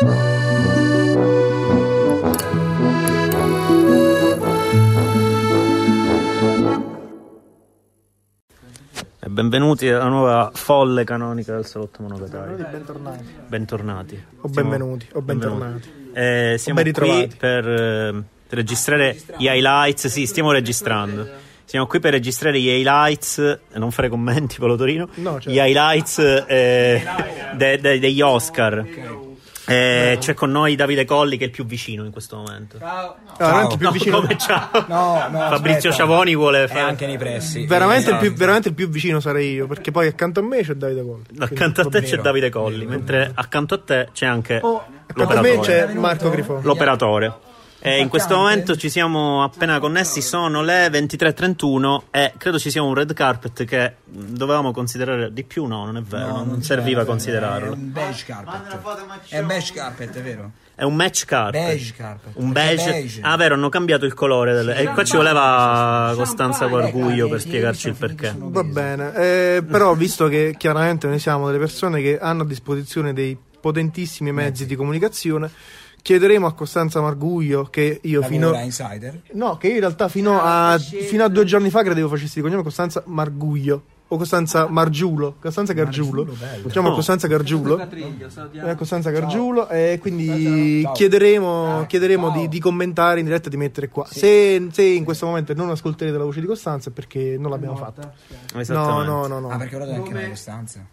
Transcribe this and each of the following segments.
Benvenuti alla nuova folle canonica del Salotto Monogatari. Bentornati. O benvenuti, o bentornati. Siamo qui per registrare gli highlights. Sì, stiamo registrando. Siamo qui per registrare gli highlights e non fare commenti, Paolo Torino. No, certo. Gli highlights degli Oscar. C'è con noi Davide Colli, che è il più vicino in questo momento. Ciao. Veramente il più vicino. Come ciao? No, Fabrizio aspetta. Sciavoni vuole fare. È anche nei pressi. Veramente, Esatto. veramente il più vicino sarei io, perché poi accanto a me c'è Davide Colli. Accanto a te c'è Davide Colli, mentre accanto a te c'è anche Accanto a me c'è Marco Grifoni. l'operatore. E in questo momento ci siamo appena connessi, sono le 23:31 e credo ci sia un red carpet che dovevamo considerare di più. No, non è vero, non serviva considerarlo. È un beige carpet. È un beige carpet, è vero? È un match carpet. Beige carpet. Un beige. Ah, vero, hanno cambiato il colore e qua ci voleva Costanza Guarguglio per spiegarci il perché. Va bene, però visto che chiaramente noi siamo delle persone che hanno a disposizione dei potentissimi mezzi di comunicazione, chiederemo a Costanza Marguglio, che io Insider. No, che io in realtà fino a 2 giorni fa credevo facessi il cognome Costanza Marguglio o Costanza Margiulo, Costanza Gargiulo. Chiamo Costanza Gargiulo. Costanza Gargiulo, e quindi chiederemo di commentare in diretta, di mettere qua. Se in questo momento non ascolterete la voce di Costanza è perché non l'abbiamo fatta. No. Ah, perché ora anche una Costanza.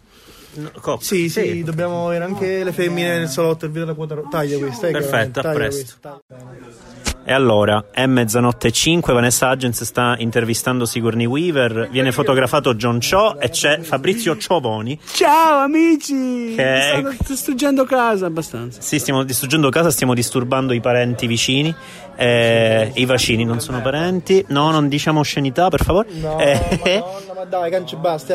Sì, dobbiamo avere anche le femmine nel salotto, il video della quota. Taglia questa. Perfetto, a presto. E allora, è 00:05, Vanessa Hudgens sta intervistando Sigourney Weaver, viene fotografato John Cho e c'è Fabrizio Sciavoni. Ciao amici! Che... Stanno distruggendo casa abbastanza. Sì, stiamo distruggendo casa, stiamo disturbando i parenti vicini. I vicini non sono parenti. No, non diciamo oscenità, per favore. No, Madonna, ma dai, canci, basta.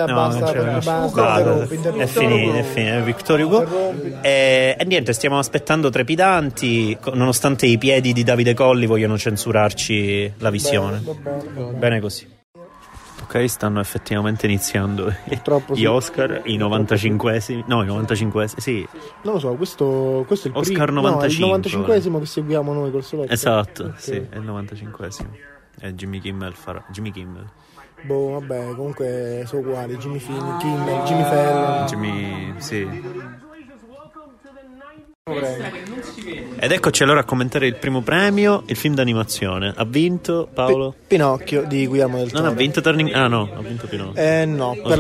È finito, Victor Hugo. E niente, stiamo aspettando trepidanti, nonostante i piedi di Davide Colli vogliono censurarci la visione. Bene così. Ok, stanno effettivamente iniziando gli Oscar, i 95esimi. No, i 95esimi, sì. Non lo so, questo è il Oscar primo. 95. No, è il 95esimo che seguiamo noi col salotto. Esatto, okay. Sì, è il 95esimo. E Jimmy Kimmel farà. Jimmy Kimmel. Boh, vabbè, comunque sono uguali. Jimmy Kimmel, Jimmy Fallon. Sì. Ed eccoci allora a commentare il primo premio, il film d'animazione. Ha vinto Paolo? Pinocchio di Guillermo del Toro. Non ha vinto Turning. Ah no, ha vinto Pinocchio. No, per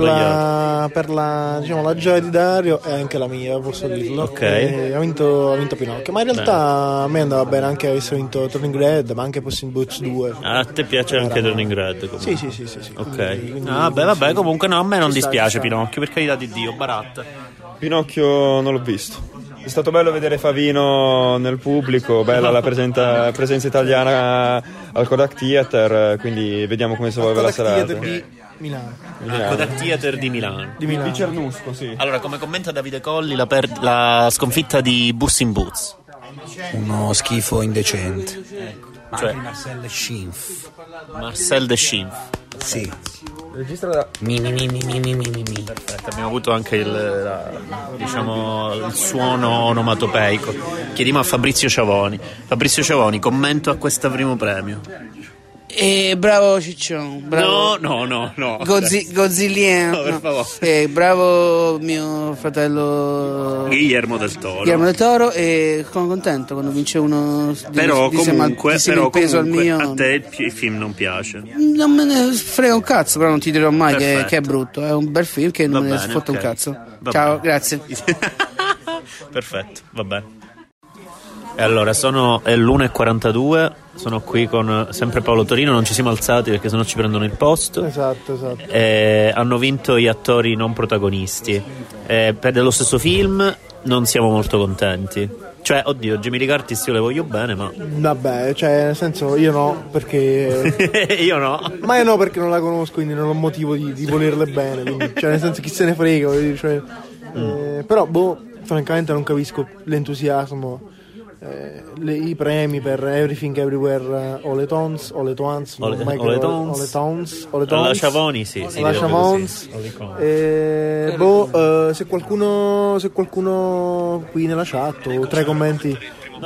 la diciamo la gioia di Dario e anche la mia, posso dirlo. Ok. Ha vinto Pinocchio, ma in realtà a me andava bene anche avesse vinto Turning Red, ma anche Puss in Boots 2. A te piace anche Turning Red? Comunque. Sì. Ok. Vabbè, comunque no, a me non dispiace Pinocchio, per carità di Dio, baratta. Pinocchio non l'ho visto. È stato bello vedere Favino nel pubblico, bella la presenza italiana al Kodak Theater, quindi vediamo come si evolve la serata. Di Milano. Kodak Theater di Milano. Di Cernusco, sì. Allora, come commenta Davide Colli la sconfitta di Puss in Boots? Uno schifo indecente. Cioè Marcel Schimpf. Marcel de Schimpf. Sì. Registra da... Perfetto, abbiamo avuto anche il suono onomatopeico. Chiediamo a Fabrizio Sciavoni. Fabrizio Sciavoni, commento a questo primo premio. Bravo Ciccione, bravo. No. Godzilliano. No, per favore. Bravo mio fratello Guillermo del Toro, e sono contento quando vince uno però comunque peso al mio. A te il film non piace. Non me ne frega un cazzo, però non ti dirò mai che è brutto. È un bel film che non me ne fotte un cazzo. Ciao, bene. Grazie. Perfetto, va bene. E allora è l'1:42. Sono qui con sempre Paolo Torino. Non ci siamo alzati perché sennò ci prendono il posto. Esatto. Hanno vinto gli attori non protagonisti. Per dello stesso film non siamo molto contenti. Cioè, oddio, Jamie Lee Curtis io le voglio bene, ma vabbè, cioè nel senso io no, perché io no. Ma io no, perché non la conosco, quindi non ho motivo di volerle bene, quindi, cioè nel senso chi se ne frega, cioè, però francamente non capisco l'entusiasmo i premi per Everything Everywhere All at Once, la Sciavoni, sì, la Chavons. Se qualcuno qui nella chat o tra i commenti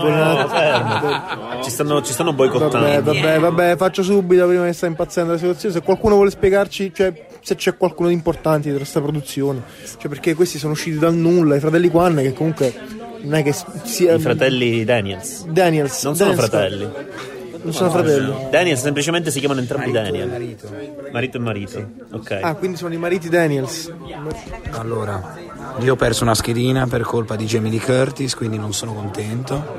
ci stanno boicottando. Vabbè, faccio subito prima che sta impazzendo la situazione. Se qualcuno vuole spiegarci, cioè, se c'è qualcuno di importante dietro questa produzione, cioè, perché questi sono usciti dal nulla, i fratelli Kwan, che comunque non è che sia... I fratelli Daniels non sono fratelli. Non sono fratelli. Daniels semplicemente si chiamano entrambi Daniel. Marito e marito. Ok. Quindi sono i mariti Daniels. Allora, io ho perso una schedina per colpa di Jamie Lee Curtis, quindi non sono contento.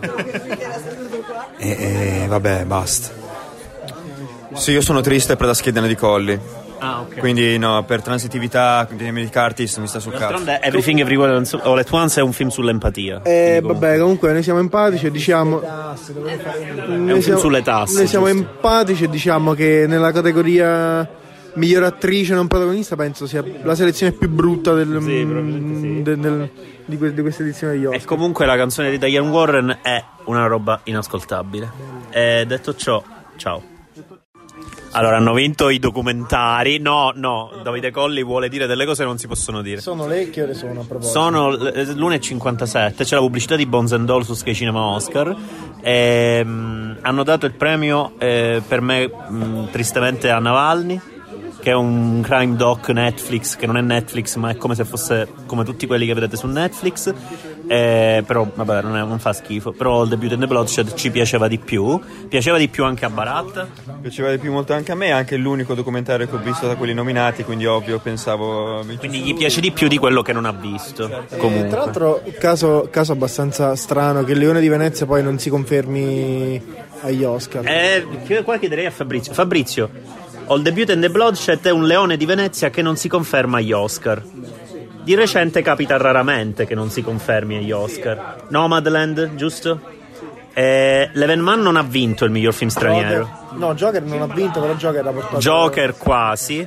e vabbè, basta. Sì, io sono triste per la schedina di Colli. Ok. Quindi no, per transitività di Jamie Lee Curtis mi sta sul cazzo. Everything Everywhere All at Once è un film sull'empatia. Vabbè, comunque noi siamo empatici e diciamo... È un film sulle tasse. Noi siamo empatici e diciamo che nella categoria miglior attrice non protagonista penso sia la selezione più brutta di questa edizione degli Oscar. E comunque la canzone di Diane Warren è una roba inascoltabile. Detto ciò, ciao. Allora, hanno vinto i documentari. No, Davide Colli vuole dire delle cose che non si possono dire. Sono le che ore sono a proposito? Sono l'1:57. C'è la pubblicità di Bones and Doll su Sky Cinema Oscar. Hanno dato il premio per me tristemente a Navalny, che è un crime doc Netflix, che non è Netflix ma è come se fosse come tutti quelli che vedete su Netflix, però vabbè non fa schifo. Però il Debut and the Bloodshed ci piaceva di più anche a Bharat, piaceva di più molto anche a me, anche l'unico documentario che ho visto da quelli nominati, quindi ovvio pensavo quindi gli piace di più di quello che non ha visto. Comunque, tra l'altro caso abbastanza strano che il Leone di Venezia poi non si confermi agli Oscar. Qua chiederei a Fabrizio, All the Beauty and the Bloodshed è un Leone di Venezia che non si conferma agli Oscar. Di recente capita raramente che non si confermi agli Oscar. Nomadland, giusto? L'Evenman non ha vinto il miglior film straniero. Joker non ha vinto, però Joker ha portato... Joker quasi.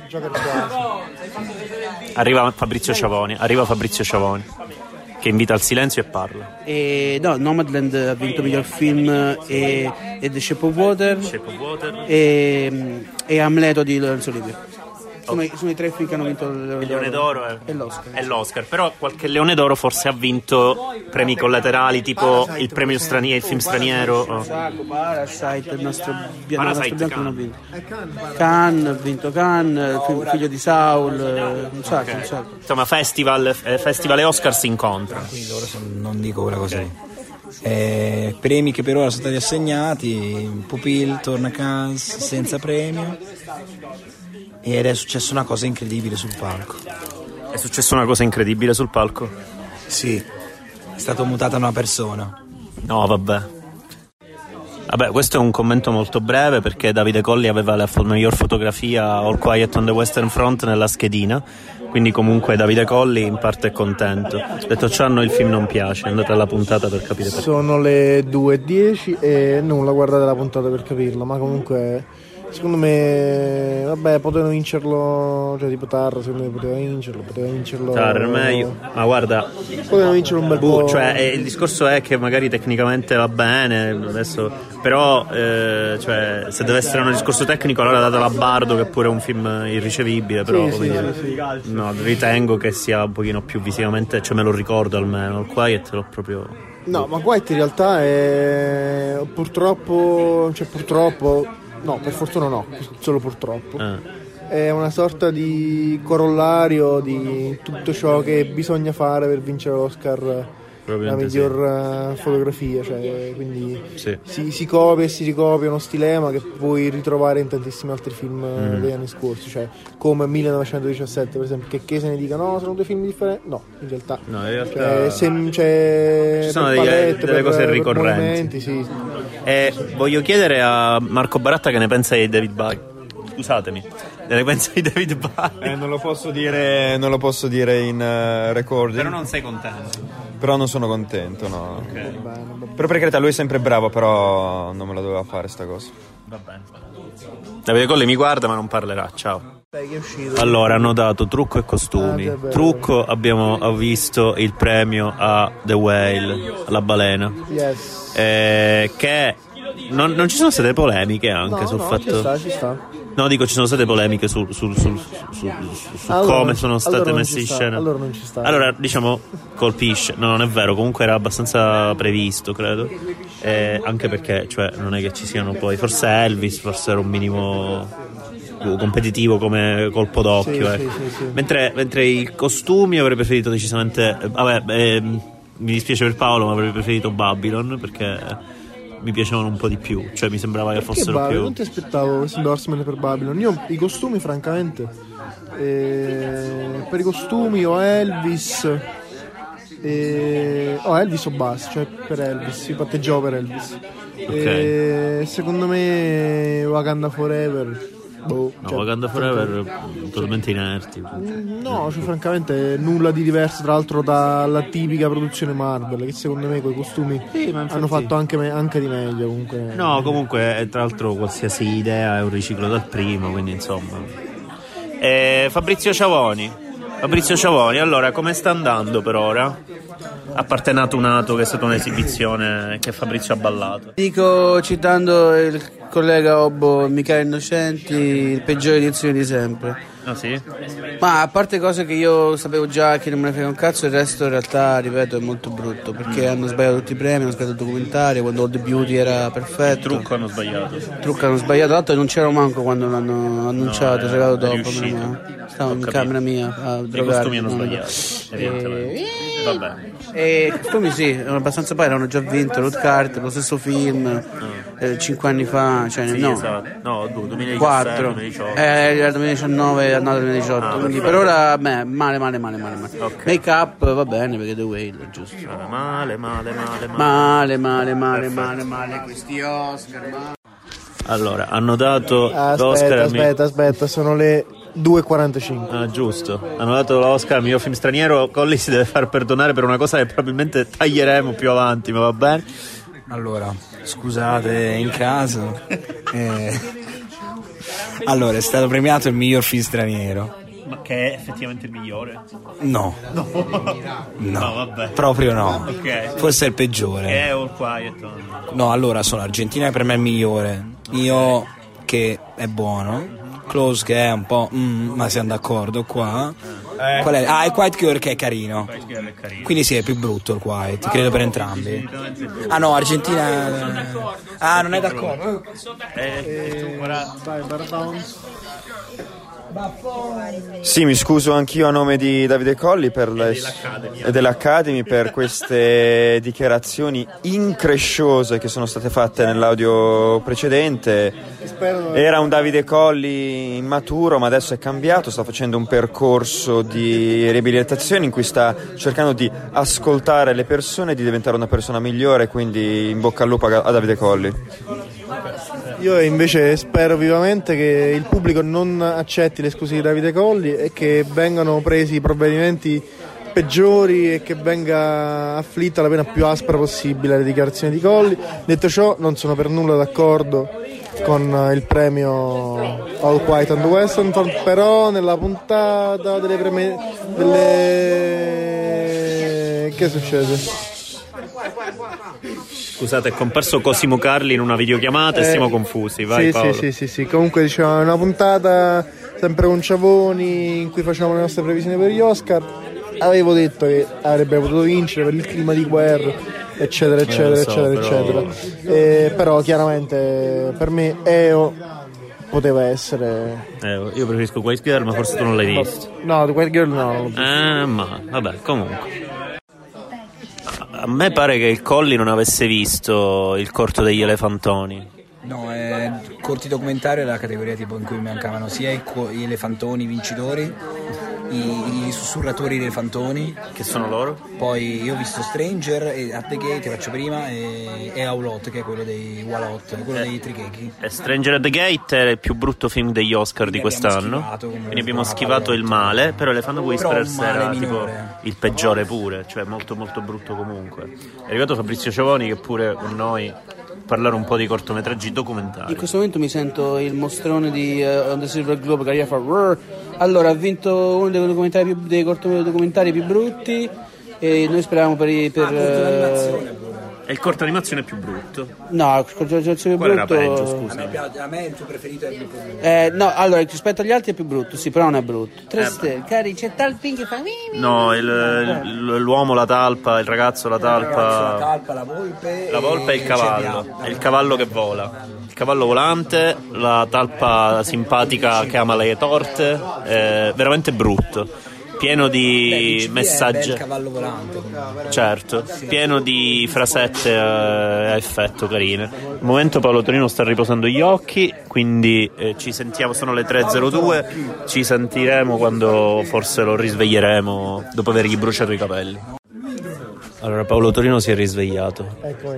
Arriva Fabrizio Sciavoni, che invita al silenzio e parla. Nomadland ha vinto miglior film e The Shape of Water e Amleto di Lorenzo Olivier. Sono i tre film che hanno vinto il Leone d'Oro e l'Oscar. Però qualche Leone d'Oro forse ha vinto premi collaterali, tipo il premio straniero, il film straniero. Parasite, il nostro bianco non ha vinto. Cannes ha vinto il figlio di Saul, un sacco. Insomma, festival e Oscar si incontrano. Quindi loro non dico quella cosa lì. Premi che per ora sono stati assegnati: Pupil torna a Cannes senza premio. Ed è successa una cosa incredibile sul palco. È successa una cosa incredibile sul palco? Sì, è stata mutata una persona. No, vabbè, questo è un commento molto breve perché Davide Colli aveva la miglior fotografia All Quiet on the Western Front nella schedina, quindi comunque Davide Colli in parte è contento. Detto ciò, a noi il film non piace, andate alla puntata per capire perché. Sono le 2:10 e nulla, guardate la puntata per capirlo, ma comunque secondo me potevano vincerlo, cioè tipo Tar, secondo me poteva vincerlo Tar è meglio, ma guarda, potevano vincerlo un bel po', cioè il discorso è che magari tecnicamente va bene adesso, però cioè se deve essere un discorso tecnico allora date la Bardo, che pure è un film irricevibile, però sì. No, ritengo che sia un pochino più visivamente, cioè me lo ricordo almeno. Il Quiet l'ho proprio... No, ma Quiet in realtà è purtroppo no, per fortuna no, solo purtroppo. È una sorta di corollario di tutto ciò che bisogna fare per vincere l'Oscar, la miglior fotografia, cioè, quindi si copia e si ricopia uno stilema che puoi ritrovare in tantissimi altri film degli anni scorsi, cioè come 1917 per esempio, che se ne dica no, sono due film differenti, no, in realtà ci sono delle cose ricorrenti. Sì. Voglio chiedere a Marco Baratta che ne pensa di David Bowie. Scusatemi, ne pensa di David Bowie? Non lo posso dire in recording. Però non sei contento? Però non sono contento, no. Okay. Però per carità, lui è sempre bravo, però non me la doveva fare sta cosa. Va bene. Davide Colli mi guarda ma non parlerà, ciao. Allora, hanno dato trucco e costumi. Trucco, abbiamo visto il premio a The Whale, la balena. Yes. Che non ci sono state polemiche anche sul fatto. Ci sta. No, dico, ci sono state polemiche su come sono state messe in scena. Allora non ci sta. Allora, diciamo, colpisce. No, non è vero, comunque era abbastanza previsto, credo. Anche perché, cioè, non è che ci siano poi. Forse Elvis, forse era un minimo competitivo come colpo d'occhio. Sì. Mentre i costumi avrei preferito decisamente. Mi dispiace per Paolo, ma avrei preferito Babylon perché mi piacevano un po' di più, cioè mi sembrava che fossero più. Non ti aspettavo questo endorsement per Babylon. Io i costumi, francamente, per i costumi o Elvis o Bass, cioè per Elvis, si patteggiavo per Elvis. Okay. Secondo me Wakanda Forever. Wakanda Forever totalmente inerti. No, cioè francamente nulla di diverso tra l'altro dalla tipica produzione Marvel, che secondo me quei costumi hanno fatto anche di meglio comunque. No, comunque tra l'altro qualsiasi idea è un riciclo dal primo, quindi insomma. Fabrizio Ciavoni, allora come sta andando per ora? A parte Nato che è stata un'esibizione che Fabrizio ha ballato. Dico, citando il collega Obbo Michele Innocenti, il peggiore edizione di sempre. Ah sì? Ma a parte cose che io sapevo già che non me ne frega un cazzo, il resto in realtà, ripeto, è molto brutto, perché hanno sbagliato tutti i premi, hanno sbagliato il documentario quando Old Beauty era perfetto. Trucco hanno sbagliato, tra l'altro non c'ero manco quando l'hanno annunciato, è arrivato dopo. Stavo in camera mia a drogarmi. I costumi hanno sbagliato, evidentemente. Vabbè. E costumi sì, erano abbastanza poi, erano già vinto Ruth Carter, lo stesso film 5 anni fa, cioè sì, no, esatto. No, 2017, 4 2018. Era 2019, è andato 2018, quindi per ora male. Okay. Make up va bene perché The Whale è giusto. Male questi Oscar. Allora, hanno dato l'Oscar. Aspetta, sono le 2:45. Ah, giusto. Hanno dato l'Oscar al miglior film straniero. Colli si deve far perdonare per una cosa che probabilmente taglieremo più avanti, ma va bene. Allora, scusate in caso. Allora, è stato premiato il miglior film straniero. Ma che è effettivamente il migliore? No, vabbè. Proprio no. Ok. Forse è il peggiore. Che è All Quiet. No, allora sono Argentina che per me è il migliore. Io che è buono. Close che è un po' ma siamo d'accordo qua. Qual è? Ah, il Quiet Girl che è carino. Quindi sì, è più brutto il Quiet, credo per entrambi. Ah no, Argentina. Ah, non è d'accordo. Sì, mi scuso anch'io a nome di Davide Colli e dell'Academy per queste dichiarazioni incresciose che sono state fatte nell'audio precedente. Era un Davide Colli immaturo, ma adesso è cambiato, sta facendo un percorso di riabilitazione in cui sta cercando di ascoltare le persone e di diventare una persona migliore, quindi in bocca al lupo a Davide Colli. Io invece spero vivamente che il pubblico non accetti le scuse di Davide Colli e che vengano presi i provvedimenti peggiori e che venga afflitta la pena più aspra possibile alle dichiarazioni di Colli. Detto ciò, non sono per nulla d'accordo con il premio All Quiet on the Western Front, però nella puntata che succede? Scusate, è comparso Cosimo Carli in una videochiamata e siamo confusi. Vai, Paolo. Sì. Comunque diciamo è una puntata sempre con Ciavoni in cui facciamo le nostre previsioni per gli Oscar. Avevo detto che avrebbe potuto vincere per il clima di guerra, eccetera. Però chiaramente per me EO poteva essere. Io preferisco Quiet Girl, ma forse tu non l'hai visto. No, Quiet Girl no. Ma vabbè, comunque. A me pare che il Colli non avesse visto Il corto degli elefantoni. No, corti documentario è la categoria tipo in cui mancavano sia gli elefantoni vincitori, i sussurratori dei elefantoni. Che sono loro? Poi io ho visto Stranger e At the Gate, che faccio prima, e Aulot, che è quello dei Walot, quello dei Trichechi. Stranger at the Gate è il più brutto film degli Oscar di quest'anno. Quindi abbiamo schivato il male, però Elephant Whisperers era tipo il peggiore pure, cioè molto molto brutto comunque. È arrivato Fabrizio Ciavoni che pure con noi parlare un po' di cortometraggi documentari. In questo momento mi sento il mostrone di On the Silver Globe che arriva a fare. Allora, ha vinto uno dei cortodocumentari più brutti e noi speravamo per È il corto animazione più brutto. No, il corto animazione più brutto. Era peggio, scusa. A me il tuo preferito è il più no, allora rispetto agli altri è più brutto, sì, però non è brutto. 3 stelle, cari, c'è Talpin che fa. No, l'uomo, la talpa, il ragazzo, la talpa. La talpa, la volpe. La volpe e il cavallo. È il cavallo che vola. Il cavallo volante, la talpa simpatica che ama le torte. Veramente brutto. Pieno di messaggi. Il cavallo volante. Certo, pieno di frasette a effetto carine. Al momento Paolo Tonino sta riposando gli occhi, quindi ci sentiamo, sono le 3:02, ci sentiremo quando forse lo risveglieremo dopo avergli bruciato i capelli. Allora Paolo Tonino si è risvegliato.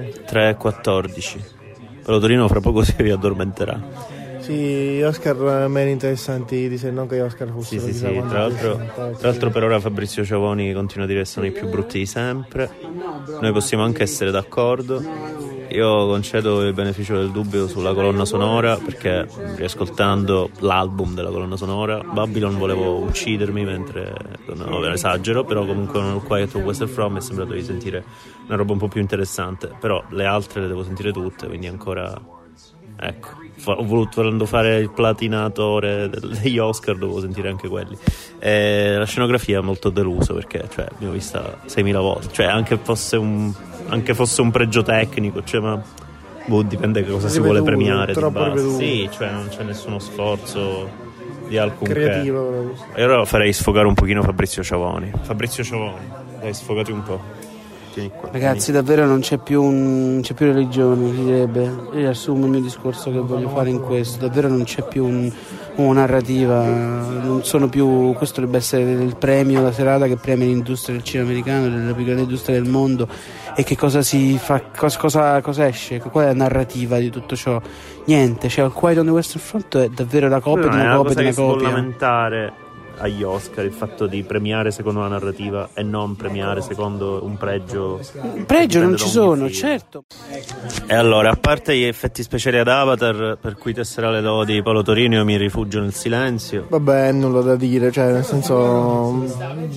3:14. Paolo Tonino fra poco si riaddormenterà. Sì, Oscar meno interessanti di sé, non che gli Oscar fossero. Sì, tra l'altro per ora Fabrizio Ciavoni continua a dire che sono i più brutti di sempre. Noi possiamo anche essere d'accordo. Io concedo il beneficio del dubbio sulla colonna sonora, perché riascoltando l'album della colonna sonora Babylon volevo uccidermi, mentre no, esagero, però comunque non ho Quiet of Western Front mi è sembrato di sentire una roba un po' più interessante, però le altre le devo sentire tutte, quindi ancora ecco. Volendo fare il platinatore degli Oscar dovevo sentire anche quelli. La scenografia è molto deluso, perché l'abbiamo vista 6.000 volte, anche fosse un pregio tecnico, ma dipende che cosa si vuole premiare di base. Sì, non c'è nessuno sforzo di alcun creativo. E allora farei sfogare un pochino Fabrizio Ciavoni, dai, sfogati un po'. Ragazzi, davvero non c'è più religione, si direbbe. Io riassumo il mio discorso che voglio fare in questo. Davvero non c'è più una narrativa, non sono più. Questo dovrebbe essere il premio, la serata che premia l'industria del cinema americano, della più grande industria del mondo. E che cosa si fa? Cosa esce? Qual è la narrativa di tutto ciò? Niente. Il Quiet on the Western Front è davvero la copia di una copia di una copia. Sbolamentare agli Oscar il fatto di premiare secondo la narrativa e non premiare secondo un pregio. Pregio non ci sono, certo. E allora, a parte gli effetti speciali ad Avatar, per cui tesserà le lodi Paolo Torino, io mi rifugio nel silenzio. Vabbè, nulla da dire, nel senso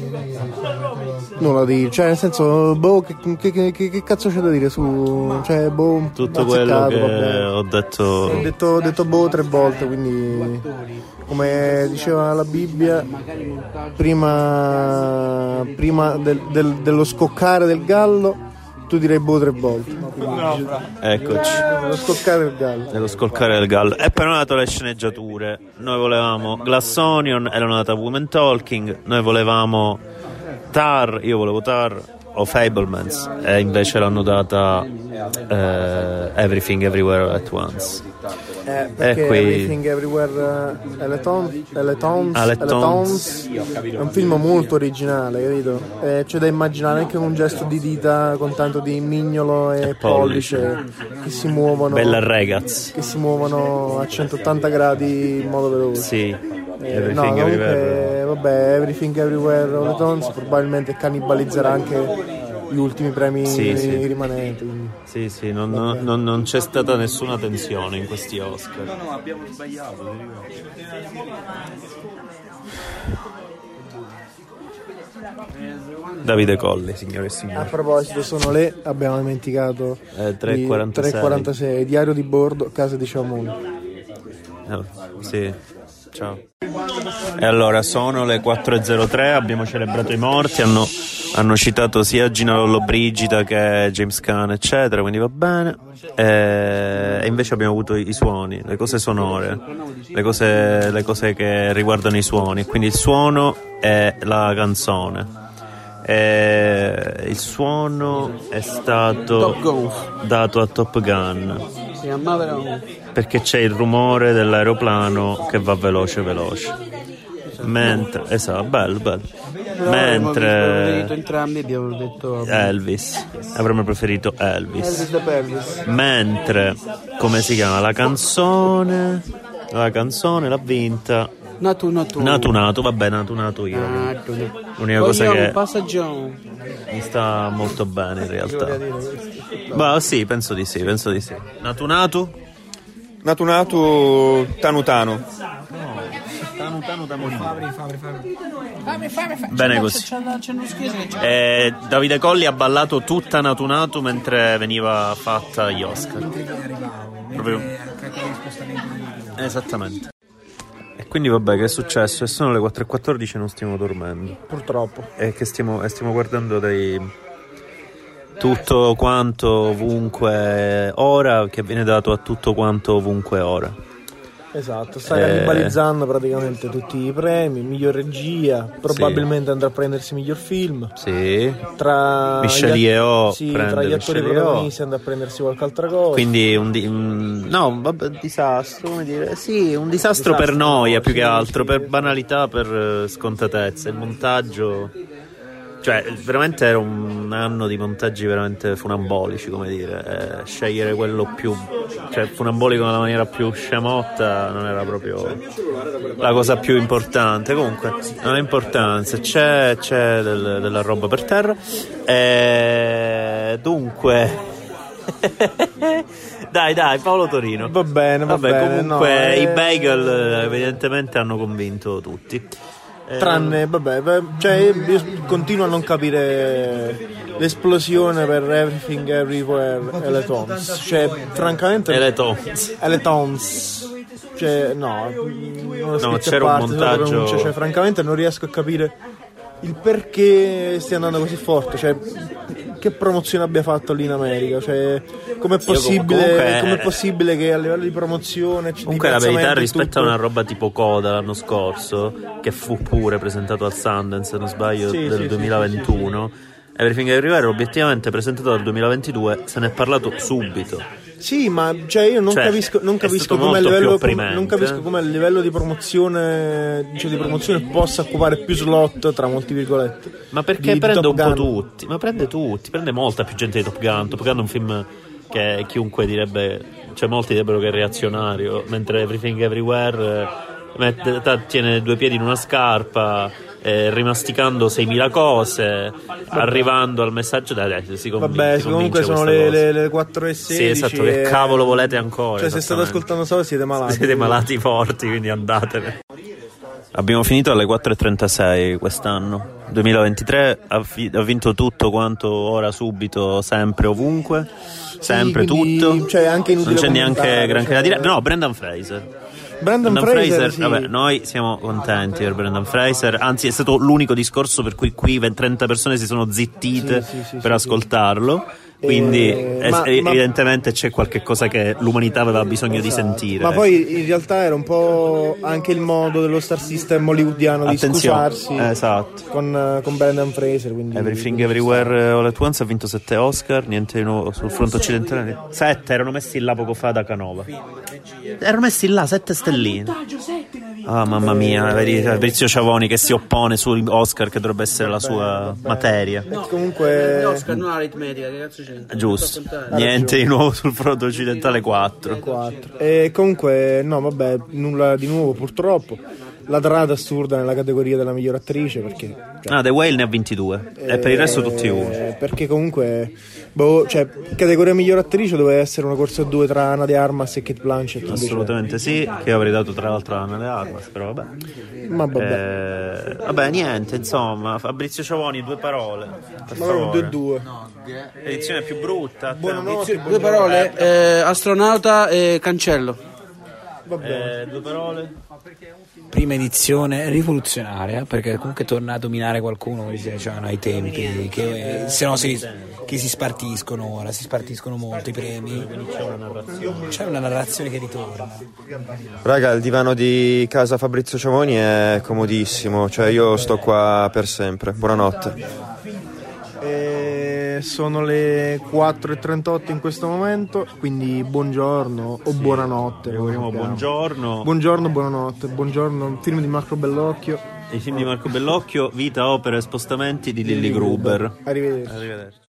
nulla da dire, nel senso che cazzo c'è da dire su, tutto quello che ho detto 3 volte, quindi come diceva la Bibbia, prima dello scoccare del gallo tu direi 3 volte. Eccoci. Dello scoccare del gallo. E poi hanno dato le sceneggiature. Noi volevamo Glass Onion e l'hanno data Women Talking. Noi volevamo Tar, io volevo Tar o Fablemans, e invece l'hanno data Everything Everywhere at Once. Perché Everything Everywhere All at Once è un film molto originale, capito? C'è da immaginare anche un gesto di dita con tanto di mignolo e pollice che si muovono, bella ragazzi, che si muovono a 180 gradi in modo veloce. Sì. Everything Everywhere All at Once probabilmente cannibalizzerà anche gli ultimi premi rimanenti. Sì, non c'è stata nessuna tensione in questi Oscar. No, abbiamo sbagliato. Davide Colli, signore e signori. A proposito, abbiamo dimenticato 3:46 diario di bordo, casa di Ciamoni. Sì, ciao. E allora sono le 4:03, abbiamo celebrato i morti, hanno citato sia Gina Lollobrigida che James Caan, eccetera, quindi va bene. E invece abbiamo avuto i suoni, le cose sonore, le cose che riguardano i suoni, quindi il suono e la canzone. Il suono è stato dato a Top Gun perché c'è il rumore dell'aeroplano che va veloce. Mentre bello. Mentre entrambi abbiamo detto avremmo preferito Elvis. Mentre come si chiama la canzone l'ha vinta Natu. Vabbè, natu io. L'unica cosa che passaggio. mi sta molto bene in realtà. Ma sì, penso di sì. Natu. Tanu. Tanu da morire. Bene così. Davide Colli ha ballato tutta Natu mentre veniva fatta gli Oscar. Proprio. Esattamente. E quindi vabbè, che è successo? E sono le 4:14 e non stiamo dormendo. Purtroppo. E che stiamo guardando tutto quanto ovunque ora, che viene dato a tutto quanto ovunque ora. Esatto, sta cannibalizzando praticamente tutti i premi, miglior regia, probabilmente andrà a prendersi miglior film. Sì. Tra Michelle Yeoh tra gli attori protagonisti andrà a prendersi qualche altra cosa. Quindi disastro, come dire? Sì, un disastro per noia più che altro, per banalità, per scontatezza. Il montaggio, cioè veramente era un anno di montaggi veramente funambolici, come dire, scegliere quello più, cioè funambolico nella maniera più sciamotta non era proprio la cosa più importante. Comunque non ha importanza, c'è della roba per terra, dunque dai Paolo Torino, va bene. Comunque i bagel evidentemente hanno convinto tutti. Tranne, cioè io continuo a non capire l'esplosione per Everything Everywhere e le Tons. Cioè, francamente. E le Tons. Cioè, no, non c'era un montaggio. Cioè, francamente non riesco a capire il perché stia andando così forte. Cioè, che promozione abbia fatto lì in America? Cioè, com'è possibile che a livello di promozione comunque la verità rispetto a una roba tipo Coda l'anno scorso, che fu pure presentato al Sundance, se non sbaglio, del 2021, Everything Everywhere obiettivamente presentato dal 2022 se ne è parlato subito. Sì, ma cioè io non capisco come a livello di promozione, cioè di promozione possa occupare più slot tra molti virgolette. Ma perché prende un po' tutti? Ma prende molta più gente di Top Gun. Top Gun è un film che chiunque direbbe, cioè molti direbbero che è reazionario, mentre Everything Everywhere tiene due piedi in una scarpa, rimasticando 6.000 cose, arrivando al messaggio. Vabbè, comunque sono le 4:16. Sì, esatto, che cavolo volete ancora? Cioè, se state ascoltando solo siete malati. Siete malati forti, quindi andatene. Abbiamo finito alle 4:36 quest'anno. 2023 ha vinto tutto quanto, ora, subito, sempre, ovunque. Sempre, tutto. Cioè, anche non c'è neanche granché da dire. No, Brendan Fraser, sì. Vabbè, noi siamo contenti per Brendan Fraser, anzi è stato l'unico discorso per cui qui 30 persone si sono zittite per ascoltarlo. Quindi evidentemente c'è qualche cosa che l'umanità aveva bisogno di sentire. Ma poi in realtà era un po' anche il modo dello star system hollywoodiano di scusarsi, esatto, con Brendan Fraser. Quindi Everything Everywhere All at Once ha vinto 7 Oscar, niente di nuovo sul fronte occidentale. 7 erano messi là poco fa da Canova. Erano messi là 7 stelline. Ah, mamma mia, vedi Fabrizio Ciavoni che si oppone sugli Oscar, che dovrebbe essere la sua materia. Comunque Oscar non aritmetica, che cazzo c'è? Giusto, niente di nuovo sul fronte occidentale. 4. E comunque no, vabbè, nulla di nuovo purtroppo. La trada assurda nella categoria della miglior attrice, perché The Whale ne ha 22 e per il resto tutti uno. Perché comunque cioè, categoria miglior attrice doveva essere una corsa a due tra Ana de Armas e Cate Blanchett. Assolutamente sì, che io avrei dato tra l'altro a Ana de Armas, però vabbè. Ma vabbè. Vabbè, niente, insomma, Fabrizio Ciavoni, 2 parole. Per favore. 2-2. Edizione più brutta. Buonanotte. 2 parole, astronauta e cancello. 2 parole. Prima edizione rivoluzionaria, perché comunque torna a dominare qualcuno, cioè, ai tempi che se no che si spartiscono ora, si spartiscono molto i premi. C'è una narrazione che ritorna. Raga, il divano di casa Fabrizio Ciavoni è comodissimo, cioè io sto qua per sempre. Buonanotte. Sono le 4:38 in questo momento, quindi buongiorno o buonanotte. Buongiorno, buonanotte, buongiorno. Film di Marco Bellocchio. I film di Marco Bellocchio, vita, opera e spostamenti di Lilli Gruber. Arrivederci.